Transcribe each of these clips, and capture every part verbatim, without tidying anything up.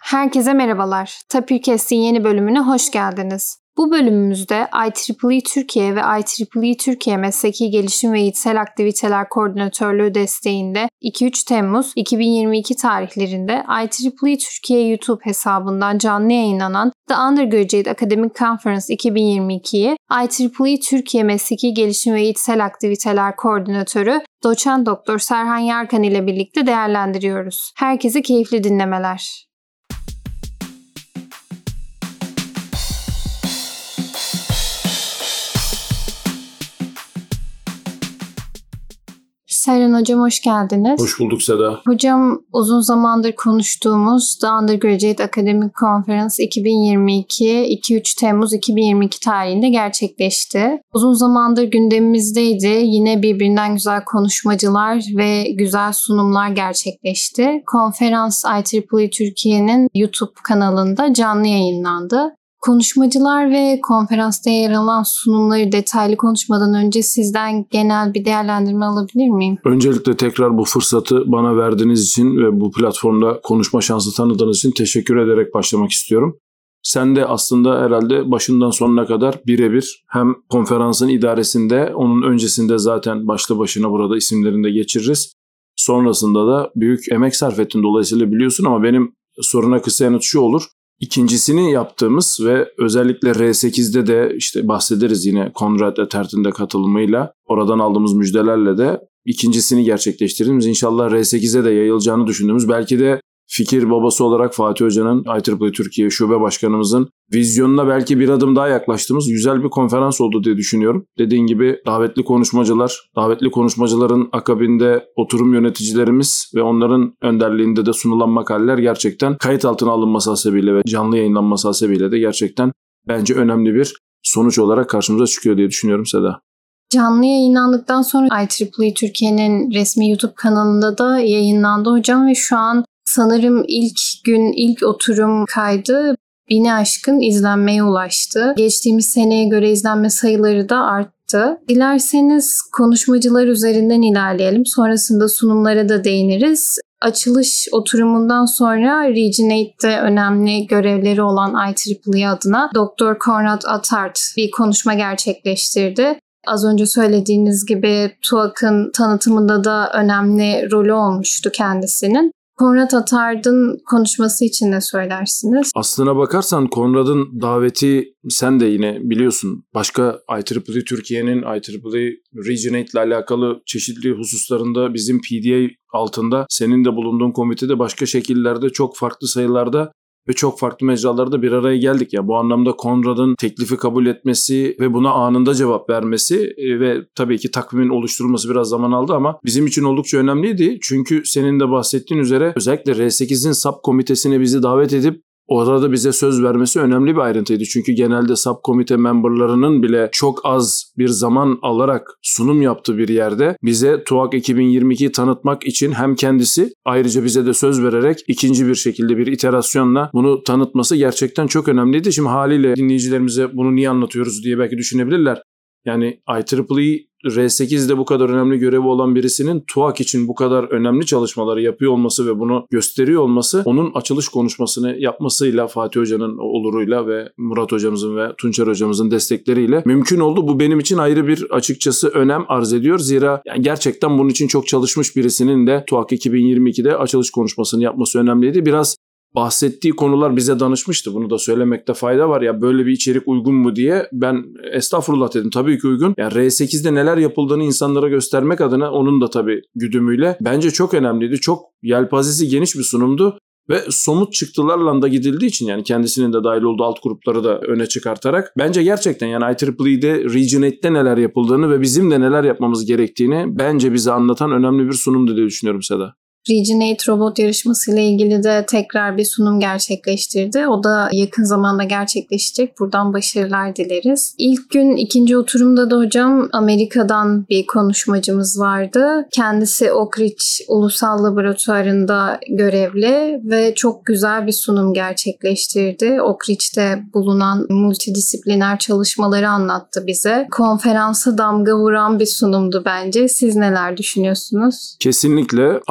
Herkese merhabalar. Tapirkest'in yeni bölümüne hoş geldiniz. Bu bölümümüzde I E E E Türkiye ve I E E E Türkiye Mesleki Gelişim ve İçsel Aktiviteler Koordinatörlüğü desteğinde iki üç Temmuz iki bin yirmi iki tarihlerinde I E E E Türkiye YouTube hesabından canlı yayınlanan The Undergraduate Academic Conference iki bin yirmi ikiyi I E E E Türkiye Mesleki Gelişim ve İçsel Aktiviteler Koordinatörü Doçent Doktor Serhan Yarkan ile birlikte değerlendiriyoruz. Herkese keyifli dinlemeler. Serhan Hocam hoş geldiniz. Hoş bulduk Seda. Hocam uzun zamandır konuştuğumuz The Undergraduate Academic Conference iki bin yirmi iki iki üç Temmuz iki bin yirmi iki tarihinde gerçekleşti. Uzun zamandır gündemimizdeydi. Yine birbirinden güzel konuşmacılar ve güzel sunumlar gerçekleşti. Konferans I E E E Türkiye'nin YouTube kanalında canlı yayınlandı. Konuşmacılar ve konferansta yer alan sunumları detaylı konuşmadan önce sizden genel bir değerlendirme alabilir miyim? Öncelikle tekrar bu fırsatı bana verdiğiniz için ve bu platformda konuşma şansı tanıdığınız için teşekkür ederek başlamak istiyorum. Sen de aslında herhalde başından sonuna kadar birebir hem konferansın idaresinde, onun öncesinde zaten başlı başına burada isimlerini de geçiririz. Sonrasında da büyük emek sarf ettin dolayısıyla biliyorsun ama benim soruna kısa yanıt şu olur. İkincisini yaptığımız ve özellikle R sekizde de işte bahsederiz yine Konrad Ettert'in de katılımıyla oradan aldığımız müjdelerle de ikincisini gerçekleştirdiğimiz inşallah R sekize de yayılacağını düşündüğümüz belki de fikir babası olarak Fatih Hoca'nın I E E E Türkiye Şube Başkanımızın vizyonuna belki bir adım daha yaklaştığımız güzel bir konferans oldu diye düşünüyorum. Dediğin gibi davetli konuşmacılar, davetli konuşmacıların akabinde oturum yöneticilerimiz ve onların önderliğinde de sunulan makaleler gerçekten kayıt altına alınması hasebiyle ve canlı yayınlanması hasebiyle de gerçekten bence önemli bir sonuç olarak karşımıza çıkıyor diye düşünüyorum Seda. Canlı yayınlandıktan sonra I E E E Türkiye'nin resmi YouTube kanalında da yayınlandı hocam ve şu an sanırım ilk gün ilk oturum kaydı bini aşkın izlenmeye ulaştı. Geçtiğimiz seneye göre izlenme sayıları da arttı. Dilerseniz konuşmacılar üzerinden ilerleyelim. Sonrasında sunumlara da değiniriz. Açılış oturumundan sonra Regionate'de önemli görevleri olan I E E E adına Doktor Konrad Ettert bir konuşma gerçekleştirdi. Az önce söylediğiniz gibi T U A K'ın tanıtımında da önemli rolü olmuştu kendisinin. Konrad Ettert'in konuşması için ne söylersiniz? Aslına bakarsan Konrad'ın daveti sen de yine biliyorsun. Başka I E E E Türkiye'nin I E E E Regionate ile alakalı çeşitli hususlarında bizim P D A altında senin de bulunduğun komitede başka şekillerde çok farklı sayılarda ve çok farklı mecralarda bir araya geldik. Ya bu anlamda Konrad'ın teklifi kabul etmesi ve buna anında cevap vermesi ve tabii ki takvimin oluşturulması biraz zaman aldı ama bizim için oldukça önemliydi. Çünkü senin de bahsettiğin üzere özellikle R sekizin sub komitesine bizi davet edip orada bize söz vermesi önemli bir ayrıntıydı. Çünkü genelde subkomite memberlarının bile çok az bir zaman alarak sunum yaptığı bir yerde bize T U A K iki bin yirmi ikiyi tanıtmak için hem kendisi ayrıca bize de söz vererek ikinci bir şekilde bir iterasyonla bunu tanıtması gerçekten çok önemliydi. Şimdi haliyle dinleyicilerimize bunu niye anlatıyoruz diye belki düşünebilirler. Yani I E E E R sekizde bu kadar önemli görevi olan birisinin T U A K için bu kadar önemli çalışmaları yapıyor olması ve bunu gösteriyor olması onun açılış konuşmasını yapmasıyla Fatih Hoca'nın oluruyla ve Murat Hocamızın ve Tunçer Hocamızın destekleriyle mümkün oldu. Bu benim için ayrı bir açıkçası önem arz ediyor. Zira yani gerçekten bunun için çok çalışmış birisinin de T U A K iki bin yirmi ikide açılış konuşmasını yapması önemliydi. Biraz bahsettiği konular bize danışmıştı. Bunu da söylemekte fayda var. Ya böyle bir içerik uygun mu diye ben estağfurullah dedim. Tabii ki uygun. Yani R sekizde neler yapıldığını insanlara göstermek adına onun da tabii güdümüyle bence çok önemliydi. Çok yelpazesi geniş bir sunumdu. Ve somut çıktılarla da gidildiği için yani kendisinin de dahil olduğu alt grupları da öne çıkartarak bence gerçekten yani I E E E'de Regionate'de neler yapıldığını ve bizim de neler yapmamız gerektiğini bence bize anlatan önemli bir sunumdu diye düşünüyorum Seda. Regionate robot yarışması ile ilgili de tekrar bir sunum gerçekleştirdi. O da yakın zamanda gerçekleşecek. Buradan başarılar dileriz. İlk gün ikinci oturumda da hocam Amerika'dan bir konuşmacımız vardı. Kendisi Oak Ridge Ulusal Laboratuvarı'nda görevli ve çok güzel bir sunum gerçekleştirdi. Oak Ridge'de bulunan multidisipliner çalışmaları anlattı bize. Konferansa damga vuran bir sunumdu bence. Siz neler düşünüyorsunuz? Kesinlikle aynı fikir.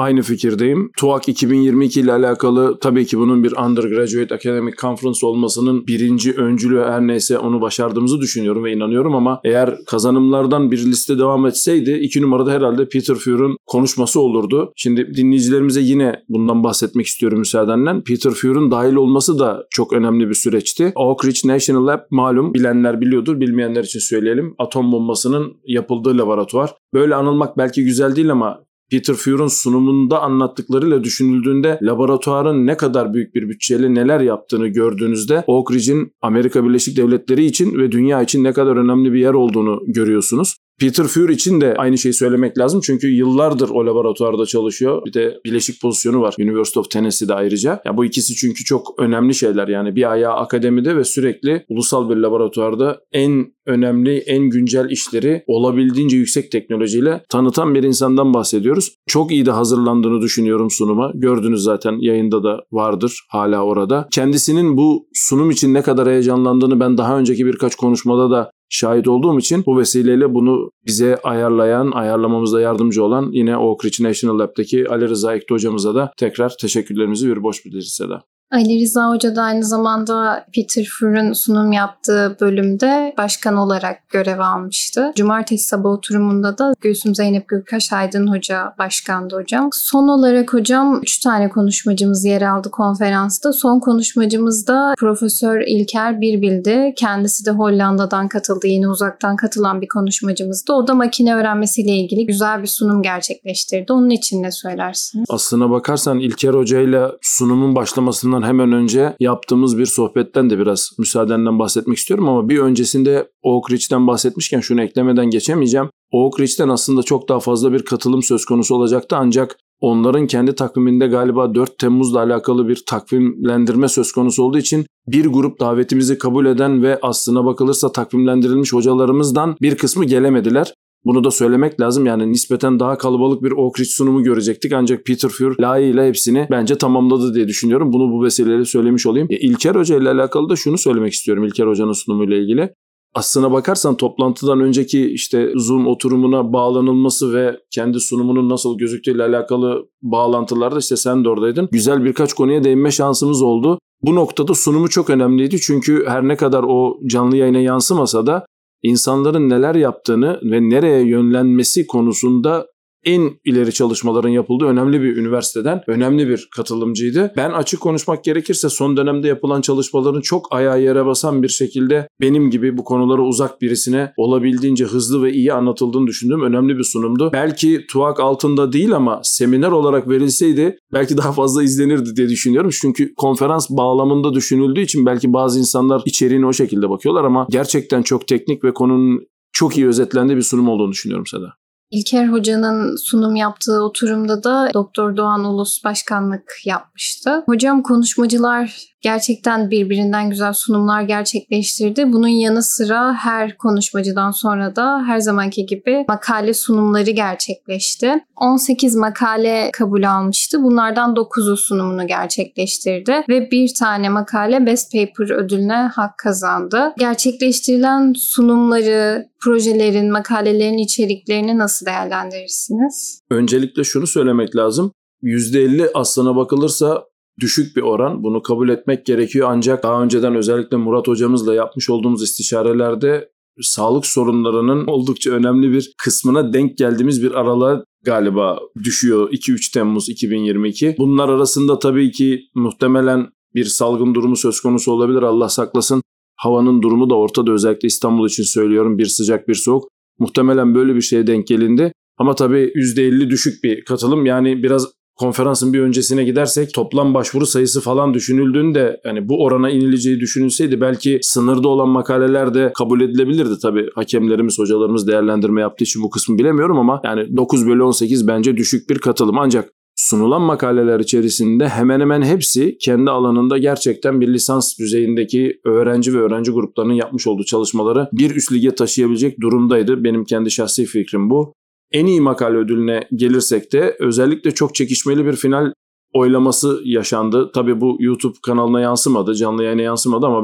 fikirdeyim. TUAC iki bin yirmi iki ile alakalı tabii ki bunun bir Undergraduate Academic Conference olmasının birinci öncülü her neyse onu başardığımızı düşünüyorum ve inanıyorum ama eğer kazanımlardan bir liste devam etseydi iki numarada herhalde Peter Fur'un konuşması olurdu. Şimdi dinleyicilerimize yine bundan bahsetmek istiyorum müsaadenle. Peter Fur'un dahil olması da çok önemli bir süreçti. Oak Ridge National Lab malum bilenler biliyordur, bilmeyenler için söyleyelim. Atom bombasının yapıldığı laboratuvar. Böyle anılmak belki güzel değil ama Peter Fur'un sunumunda anlattıklarıyla düşünüldüğünde laboratuvarın ne kadar büyük bir bütçeyle neler yaptığını gördüğünüzde Oak Ridge'in Amerika Birleşik Devletleri için ve dünya için ne kadar önemli bir yer olduğunu görüyorsunuz. Peter Fur için de aynı şeyi söylemek lazım çünkü yıllardır o laboratuvarda çalışıyor. Bir de bileşik pozisyonu var University of Tennessee'de ayrıca. Ya bu ikisi çünkü çok önemli şeyler yani bir ayağı akademide ve sürekli ulusal bir laboratuvarda en önemli, en güncel işleri olabildiğince yüksek teknolojiyle tanıtan bir insandan bahsediyoruz. Çok iyi de hazırlandığını düşünüyorum sunuma. Gördünüz zaten yayında da vardır hala orada. Kendisinin bu sunum için ne kadar heyecanlandığını ben daha önceki birkaç konuşmada da şahit olduğum için bu vesileyle bunu bize ayarlayan, ayarlamamızda yardımcı olan yine Oak Ridge National Lab'daki Ali Rıza Ekti hocamıza da tekrar teşekkürlerimizi bir borç bildiririz Seda. Ali Rıza Hoca da aynı zamanda Peter Fur'un sunum yaptığı bölümde başkan olarak görev almıştı. Cumartesi sabah oturumunda da Gülsüm Zeynep Gürkaş Aydın Hoca başkandı hocam. Son olarak hocam üç tane konuşmacımız yer aldı konferansta. Son konuşmacımız da Profesör İlker Birbil'di. Kendisi de Hollanda'dan katıldı. Yine uzaktan katılan bir konuşmacımızdı. O da makine öğrenmesiyle ilgili güzel bir sunum gerçekleştirdi. Onun için ne söylersiniz? Aslına bakarsan İlker Hoca ile sunumun başlamasından hemen önce yaptığımız bir sohbetten de biraz müsaadenle bahsetmek istiyorum ama bir öncesinde Oak Ridge'den bahsetmişken şunu eklemeden geçemeyeceğim. Oak Ridge'den aslında çok daha fazla bir katılım söz konusu olacaktı ancak onların kendi takviminde galiba dört Temmuz'la alakalı bir takvimlendirme söz konusu olduğu için bir grup davetimizi kabul eden ve aslına bakılırsa takvimlendirilmiş hocalarımızdan bir kısmı gelemediler. Bunu da söylemek lazım yani nispeten daha kalabalık bir Oak Ridge sunumu görecektik ancak Peter Fur layığıyla hepsini bence tamamladı diye düşünüyorum. Bunu bu vesileyle söylemiş olayım. E, İlker Hoca ile alakalı da şunu söylemek istiyorum İlker Hoca'nın sunumuyla ilgili. Aslına bakarsan toplantıdan önceki işte Zoom oturumuna bağlanılması ve kendi sunumunun nasıl gözüktüğüyle alakalı bağlantılarda işte sen de oradaydın. Güzel birkaç konuya değinme şansımız oldu. Bu noktada sunumu çok önemliydi çünkü her ne kadar o canlı yayına yansımasa da İnsanların neler yaptığını ve nereye yönlenmesi konusunda en ileri çalışmaların yapıldığı önemli bir üniversiteden önemli bir katılımcıydı. Ben açık konuşmak gerekirse son dönemde yapılan çalışmaların çok ayağa yere basan bir şekilde benim gibi bu konulara uzak birisine olabildiğince hızlı ve iyi anlatıldığını düşündüğüm önemli bir sunumdu. Belki TUAC altında değil ama seminer olarak verilseydi belki daha fazla izlenirdi diye düşünüyorum. Çünkü konferans bağlamında düşünüldüğü için belki bazı insanlar içeriğine o şekilde bakıyorlar ama gerçekten çok teknik ve konunun çok iyi özetlendiği bir sunum olduğunu düşünüyorum Seda. İlker Hoca'nın sunum yaptığı oturumda da Doktor Doğan Ulus başkanlık yapmıştı. Hocam konuşmacılar gerçekten birbirinden güzel sunumlar gerçekleştirdi. Bunun yanı sıra her konuşmacıdan sonra da her zamanki gibi makale sunumları gerçekleşti. on sekiz makale kabul almıştı. Bunlardan dokuzu sunumunu gerçekleştirdi ve bir tane makale Best Paper ödülüne hak kazandı. Gerçekleştirilen sunumları, projelerin, makalelerin içeriklerini nasıl değerlendirirsiniz? Öncelikle şunu söylemek lazım. yüzde elli aslına bakılırsa düşük bir oran. Bunu kabul etmek gerekiyor ancak daha önceden özellikle Murat hocamızla yapmış olduğumuz istişarelerde sağlık sorunlarının oldukça önemli bir kısmına denk geldiğimiz bir aralığa galiba düşüyor iki üç Temmuz iki bin yirmi iki. Bunlar arasında tabii ki muhtemelen bir salgın durumu söz konusu olabilir. Allah saklasın. Havanın durumu da ortada, özellikle İstanbul için söylüyorum. Bir sıcak bir soğuk. Muhtemelen böyle bir şeye denk gelindi. Ama tabii yüzde elli düşük bir katılım. Yani biraz konferansın bir öncesine gidersek toplam başvuru sayısı falan düşünüldüğünde hani bu orana inileceği düşünülseydi belki sınırda olan makaleler de kabul edilebilirdi. Tabii hakemlerimiz, hocalarımız değerlendirme yaptığı için bu kısmı bilemiyorum ama yani dokuz bölü on sekiz bence düşük bir katılım. Ancak sunulan makaleler içerisinde hemen hemen hepsi kendi alanında gerçekten bir lisans düzeyindeki öğrenci ve öğrenci gruplarının yapmış olduğu çalışmaları bir üst lige taşıyabilecek durumdaydı. Benim kendi şahsi fikrim bu. En iyi makale ödülüne gelirsek de özellikle çok çekişmeli bir final oylaması yaşandı. Tabii bu YouTube kanalına yansımadı, canlı yayına yansımadı ama ben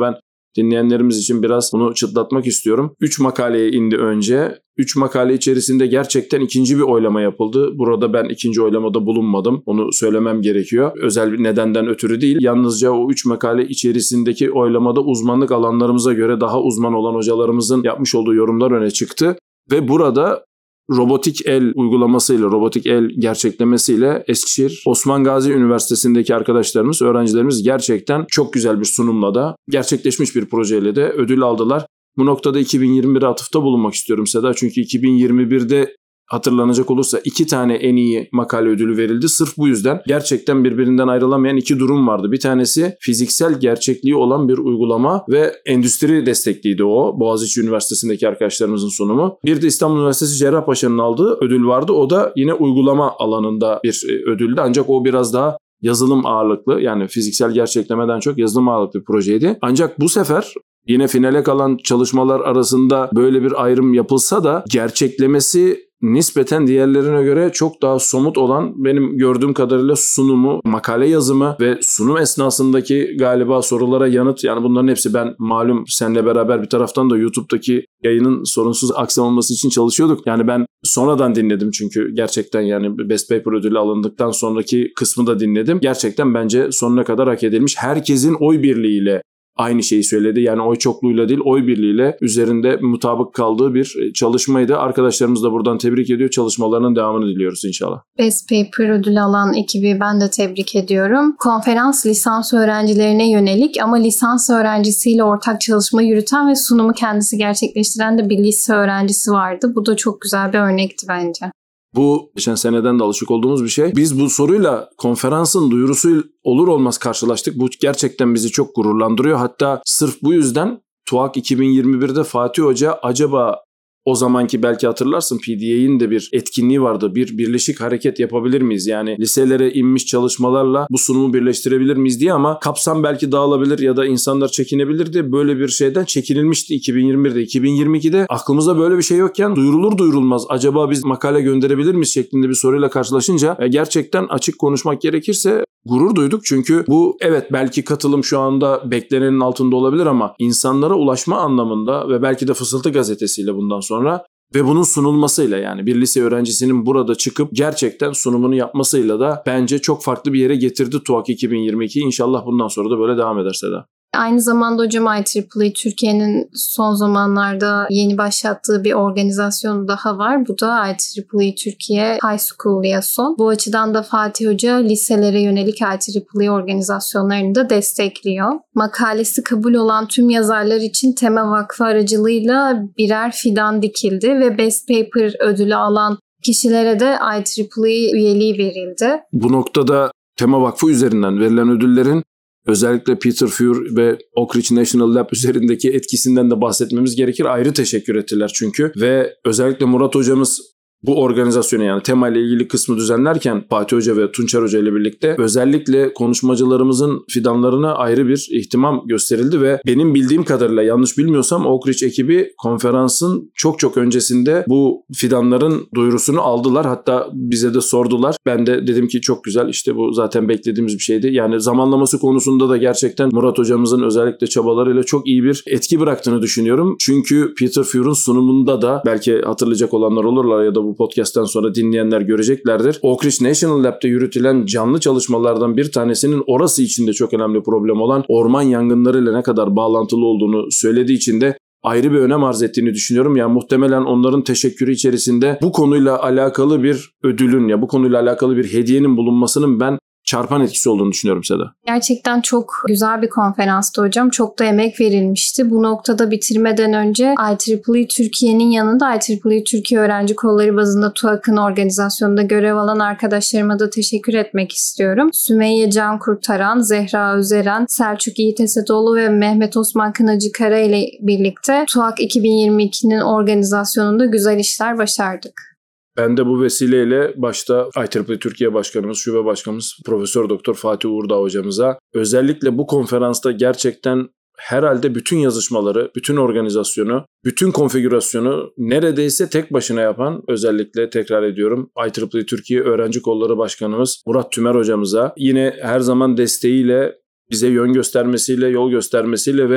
dinleyenlerimiz için biraz bunu çıtlatmak istiyorum. üç makaleye indi önce. üç makale içerisinde gerçekten ikinci bir oylama yapıldı. Burada ben ikinci oylamada bulunmadım. Onu söylemem gerekiyor. Özel bir nedenden ötürü değil. Yalnızca o üç makale içerisindeki oylamada uzmanlık alanlarımıza göre daha uzman olan hocalarımızın yapmış olduğu yorumlar öne çıktı. Ve burada robotik el uygulamasıyla, robotik el gerçeklemesiyle Eskişehir Osman Gazi Üniversitesi'ndeki arkadaşlarımız, öğrencilerimiz gerçekten çok güzel bir sunumla da gerçekleşmiş bir projeyle de ödül aldılar. Bu noktada iki bin yirmi bire atıfta bulunmak istiyorum Seda. Çünkü iki bin yirmi birde hatırlanacak olursa iki tane en iyi makale ödülü verildi. Sırf bu yüzden gerçekten birbirinden ayrılamayan iki durum vardı. Bir tanesi fiziksel gerçekliği olan bir uygulama ve endüstri destekliydi o. Boğaziçi Üniversitesi'ndeki arkadaşlarımızın sunumu. Bir de İstanbul Üniversitesi Cerrahpaşa'nın aldığı ödül vardı. O da yine uygulama alanında bir ödüldü. Ancak o biraz daha yazılım ağırlıklı, yani fiziksel gerçeklemeden çok yazılım ağırlıklı bir projeydi. Ancak bu sefer yine finale kalan çalışmalar arasında böyle bir ayrım yapılsa da gerçeklemesi nispeten diğerlerine göre çok daha somut olan, benim gördüğüm kadarıyla sunumu, makale yazımı ve sunum esnasındaki galiba sorulara yanıt, yani bunların hepsi, ben malum seninle beraber bir taraftan da YouTube'daki yayının sorunsuz aksamaması için çalışıyorduk. Yani ben sonradan dinledim çünkü gerçekten, yani Best Paper ödülü alındıktan sonraki kısmı da dinledim. Gerçekten bence sonuna kadar hak edilmiş. Herkesin oy birliğiyle aynı şeyi söyledi. Yani oy çokluğuyla değil, oy birliğiyle üzerinde mutabık kaldığı bir çalışmaydı. Arkadaşlarımız da buradan tebrik ediyor. Çalışmalarının devamını diliyoruz inşallah. Best Paper ödülü alan ekibi ben de tebrik ediyorum. Konferans lisans öğrencilerine yönelik ama lisans öğrencisiyle ortak çalışma yürüten ve sunumu kendisi gerçekleştiren de bir lise öğrencisi vardı. Bu da çok güzel bir örnekti bence. Bu geçen seneden de alışık olduğumuz bir şey. Biz bu soruyla konferansın duyurusu olur olmaz karşılaştık. Bu gerçekten bizi çok gururlandırıyor. Hatta sırf bu yüzden TUAK iki bin yirmi birde Fatih Hoca acaba o zamanki, belki hatırlarsın, P D A'nın de bir etkinliği vardı. Bir birleşik hareket yapabilir miyiz? Yani liselere inmiş çalışmalarla bu sunumu birleştirebilir miyiz diye, ama kapsam belki dağılabilir ya da insanlar çekinebilirdi. Böyle bir şeyden çekinilmişti iki bin yirmi birde. iki bin yirmi ikide aklımızda böyle bir şey yokken duyurulur duyurulmaz acaba biz makale gönderebilir miyiz şeklinde bir soruyla karşılaşınca gerçekten açık konuşmak gerekirse gurur duyduk. Çünkü bu, evet, belki katılım şu anda beklenenin altında olabilir ama insanlara ulaşma anlamında ve belki de Fısıltı gazetesiyle bundan sonra ve bunun sunulmasıyla, yani bir lise öğrencisinin burada çıkıp gerçekten sunumunu yapmasıyla da bence çok farklı bir yere getirdi TUAK iki bin yirmi iki. İnşallah bundan sonra da böyle devam eder Seda. Aynı zamanda hocam I Triple E Türkiye'nin son zamanlarda yeni başlattığı bir organizasyon daha var. Bu da I Triple E Türkiye High School Liaison. Bu açıdan da Fatih Hoca liselere yönelik I Triple E organizasyonlarını da destekliyor. Makalesi kabul olan tüm yazarlar için Tema Vakfı aracılığıyla birer fidan dikildi ve Best Paper ödülü alan kişilere de I Triple E üyeliği verildi. Bu noktada Tema Vakfı üzerinden verilen ödüllerin özellikle Peter Furr ve Oak Ridge National Lab üzerindeki etkisinden de bahsetmemiz gerekir. Ayrı teşekkür ettiler çünkü. Ve özellikle Murat hocamız bu organizasyonu, yani tema ile ilgili kısmı düzenlerken Fatih Hoca ve Tunçer Hoca ile birlikte özellikle konuşmacılarımızın fidanlarına ayrı bir ihtimam gösterildi ve benim bildiğim kadarıyla, yanlış bilmiyorsam, Oak Ridge ekibi konferansın çok çok öncesinde bu fidanların duyurusunu aldılar. Hatta bize de sordular. Ben de dedim ki çok güzel, işte bu zaten beklediğimiz bir şeydi. Yani zamanlaması konusunda da gerçekten Murat hocamızın özellikle çabalarıyla çok iyi bir etki bıraktığını düşünüyorum. Çünkü Peter Furr'un sunumunda da, belki hatırlayacak olanlar olurlar ya da bu bu podcast'ten sonra dinleyenler göreceklerdir. Oak Ridge National Lab'de yürütülen canlı çalışmalardan bir tanesinin orası içinde çok önemli problem olan orman yangınlarıyla ne kadar bağlantılı olduğunu söylediği için de ayrı bir önem arz ettiğini düşünüyorum. Yani muhtemelen onların teşekkürü içerisinde bu konuyla alakalı bir ödülün, ya bu konuyla alakalı bir hediyenin bulunmasının ben çarpan etkisi olduğunu düşünüyorum Seda. Gerçekten çok güzel bir konferanstı hocam. Çok da emek verilmişti. Bu noktada bitirmeden önce I Triple E Türkiye'nin yanında I Triple E Türkiye Öğrenci Kolları bazında TUAK'ın organizasyonunda görev alan arkadaşlarıma da teşekkür etmek istiyorum. Sümeyye Can Kurtaran, Zehra Özeren, Selçuk Yiğit Esetoğlu ve Mehmet Osman Kınacı Kara ile birlikte TUAK iki bin yirmi ikinin organizasyonunda güzel işler başardık. Ben de bu vesileyle başta I Triple E Türkiye Başkanımız, Şube Başkanımız Profesör Doktor Fatih Uğurdağ hocamıza özellikle bu konferansta gerçekten herhalde bütün yazışmaları, bütün organizasyonu, bütün konfigürasyonu neredeyse tek başına yapan, özellikle tekrar ediyorum, I Triple E Türkiye Öğrenci Kolları Başkanımız Murat Tümer hocamıza yine her zaman desteğiyle, bize yön göstermesiyle, yol göstermesiyle ve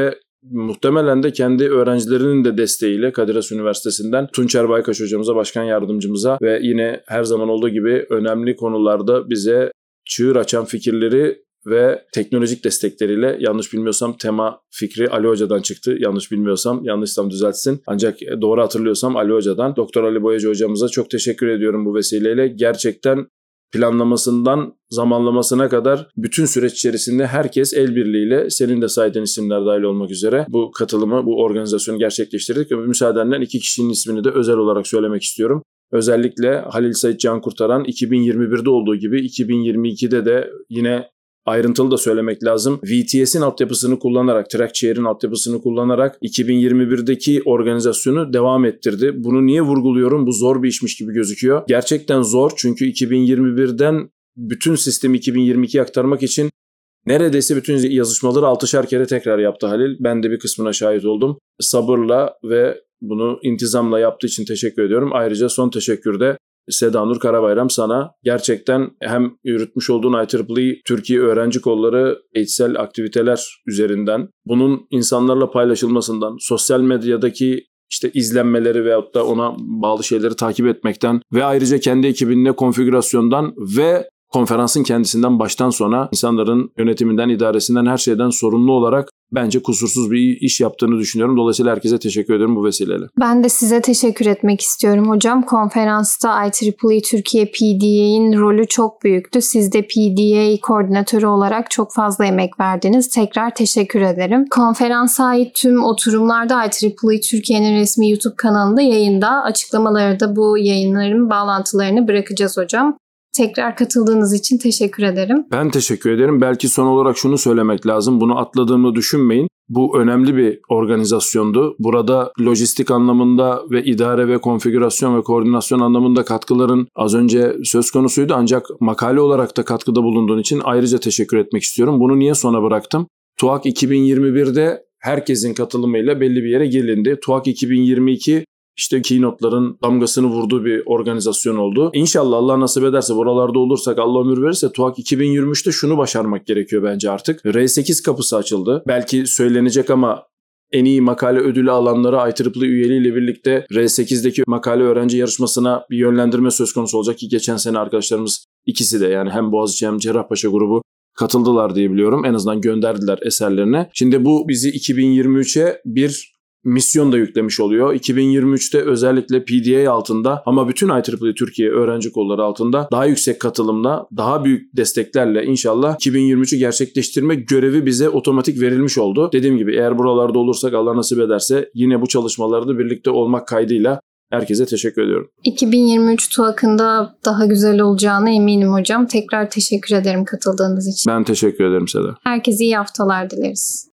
muhtemelen de kendi öğrencilerinin de desteğiyle Kadir Has Üniversitesi'nden Tunçer Baykaş hocamıza, başkan yardımcımıza ve yine her zaman olduğu gibi önemli konularda bize çığır açan fikirleri ve teknolojik destekleriyle, yanlış bilmiyorsam tema fikri Ali Hoca'dan çıktı. Yanlış bilmiyorsam, yanlışsam düzeltsin. Ancak doğru hatırlıyorsam Ali Hoca'dan. Doktor Ali Boyacı hocamıza çok teşekkür ediyorum bu vesileyle. Gerçekten planlamasından zamanlamasına kadar bütün süreç içerisinde herkes el birliğiyle, senin de saydığın isimler dahil olmak üzere bu katılımı, bu organizasyonu gerçekleştirdik. Ve müsaadenle iki kişinin ismini de özel olarak söylemek istiyorum. Özellikle Halil Sait Cankurtaran iki bin yirmi birde olduğu gibi iki bin yirmi ikide de yine ayrıntılı da söylemek lazım. V T S'in altyapısını kullanarak, TrackChair'in altyapısını kullanarak iki bin yirmi birdeki organizasyonu devam ettirdi. Bunu niye vurguluyorum? Bu zor bir işmiş gibi gözüküyor. Gerçekten zor, çünkü iki bin yirmi birden bütün sistemi iki bin yirmi ikiye aktarmak için neredeyse bütün yazışmaları altışar kere tekrar yaptı Halil. Ben de bir kısmına şahit oldum. Sabırla ve bunu intizamla yaptığı için teşekkür ediyorum. Ayrıca son teşekkür de Seda Nur Karabayram, sana gerçekten hem yürütmüş olduğun I Triple E Türkiye Öğrenci Kolları eğitsel aktiviteler üzerinden, bunun insanlarla paylaşılmasından, sosyal medyadaki işte izlenmeleri veyahut da ona bağlı şeyleri takip etmekten ve ayrıca kendi ekibinle konfigürasyondan ve konferansın kendisinden baştan sona insanların yönetiminden, idaresinden, her şeyden sorumlu olarak bence kusursuz bir iş yaptığını düşünüyorum. Dolayısıyla herkese teşekkür ederim bu vesileyle. Ben de size teşekkür etmek istiyorum hocam. Konferansta I Triple E Türkiye P D A'nin rolü çok büyüktü. Siz de P D A koordinatörü olarak çok fazla emek verdiniz. Tekrar teşekkür ederim. Konferansa ait tüm oturumlarda I Triple E Türkiye'nin resmi YouTube kanalında yayında. Açıklamaları da bu yayınların bağlantılarını bırakacağız hocam. Tekrar katıldığınız için teşekkür ederim. Ben teşekkür ederim. Belki son olarak şunu söylemek lazım. Bunu atladığımı düşünmeyin. Bu önemli bir organizasyondu. Burada lojistik anlamında ve idare ve konfigürasyon ve koordinasyon anlamında katkıların az önce söz konusuydu. Ancak makale olarak da katkıda bulunduğun için ayrıca teşekkür etmek istiyorum. Bunu niye sona bıraktım? TUAK iki bin yirmi birde herkesin katılımıyla belli bir yere gelindi. TUAK iki bin yirmi iki İşte keynote'ların damgasını vurduğu bir organizasyon oldu. İnşallah Allah nasip ederse, buralarda olursak, Allah ömür verirse, TUAK iki bin yirmi üçte şunu başarmak gerekiyor bence artık. R sekiz kapısı açıldı. Belki söylenecek ama en iyi makale ödülü alanları I Triple E üyeliğiyle birlikte R sekizdeki makale öğrenci yarışmasına bir yönlendirme söz konusu olacak ki geçen sene arkadaşlarımız ikisi de, yani hem Boğaziçi hem Cerrahpaşa grubu katıldılar diye biliyorum. En azından gönderdiler eserlerini. Şimdi bu bizi iki bin yirmi üçe bir misyon da yüklemiş oluyor. iki bin yirmi üçte özellikle P D A altında ama bütün I Triple E Türkiye öğrenci kolları altında daha yüksek katılımla, daha büyük desteklerle inşallah iki bin yirmi üçü gerçekleştirme görevi bize otomatik verilmiş oldu. Dediğim gibi eğer buralarda olursak, Allah nasip ederse, yine bu çalışmalarda birlikte olmak kaydıyla herkese teşekkür ediyorum. iki bin yirmi üç TUAK'ında daha güzel olacağına eminim hocam. Tekrar teşekkür ederim katıldığınız için. Ben teşekkür ederim Seda. Herkese iyi haftalar dileriz.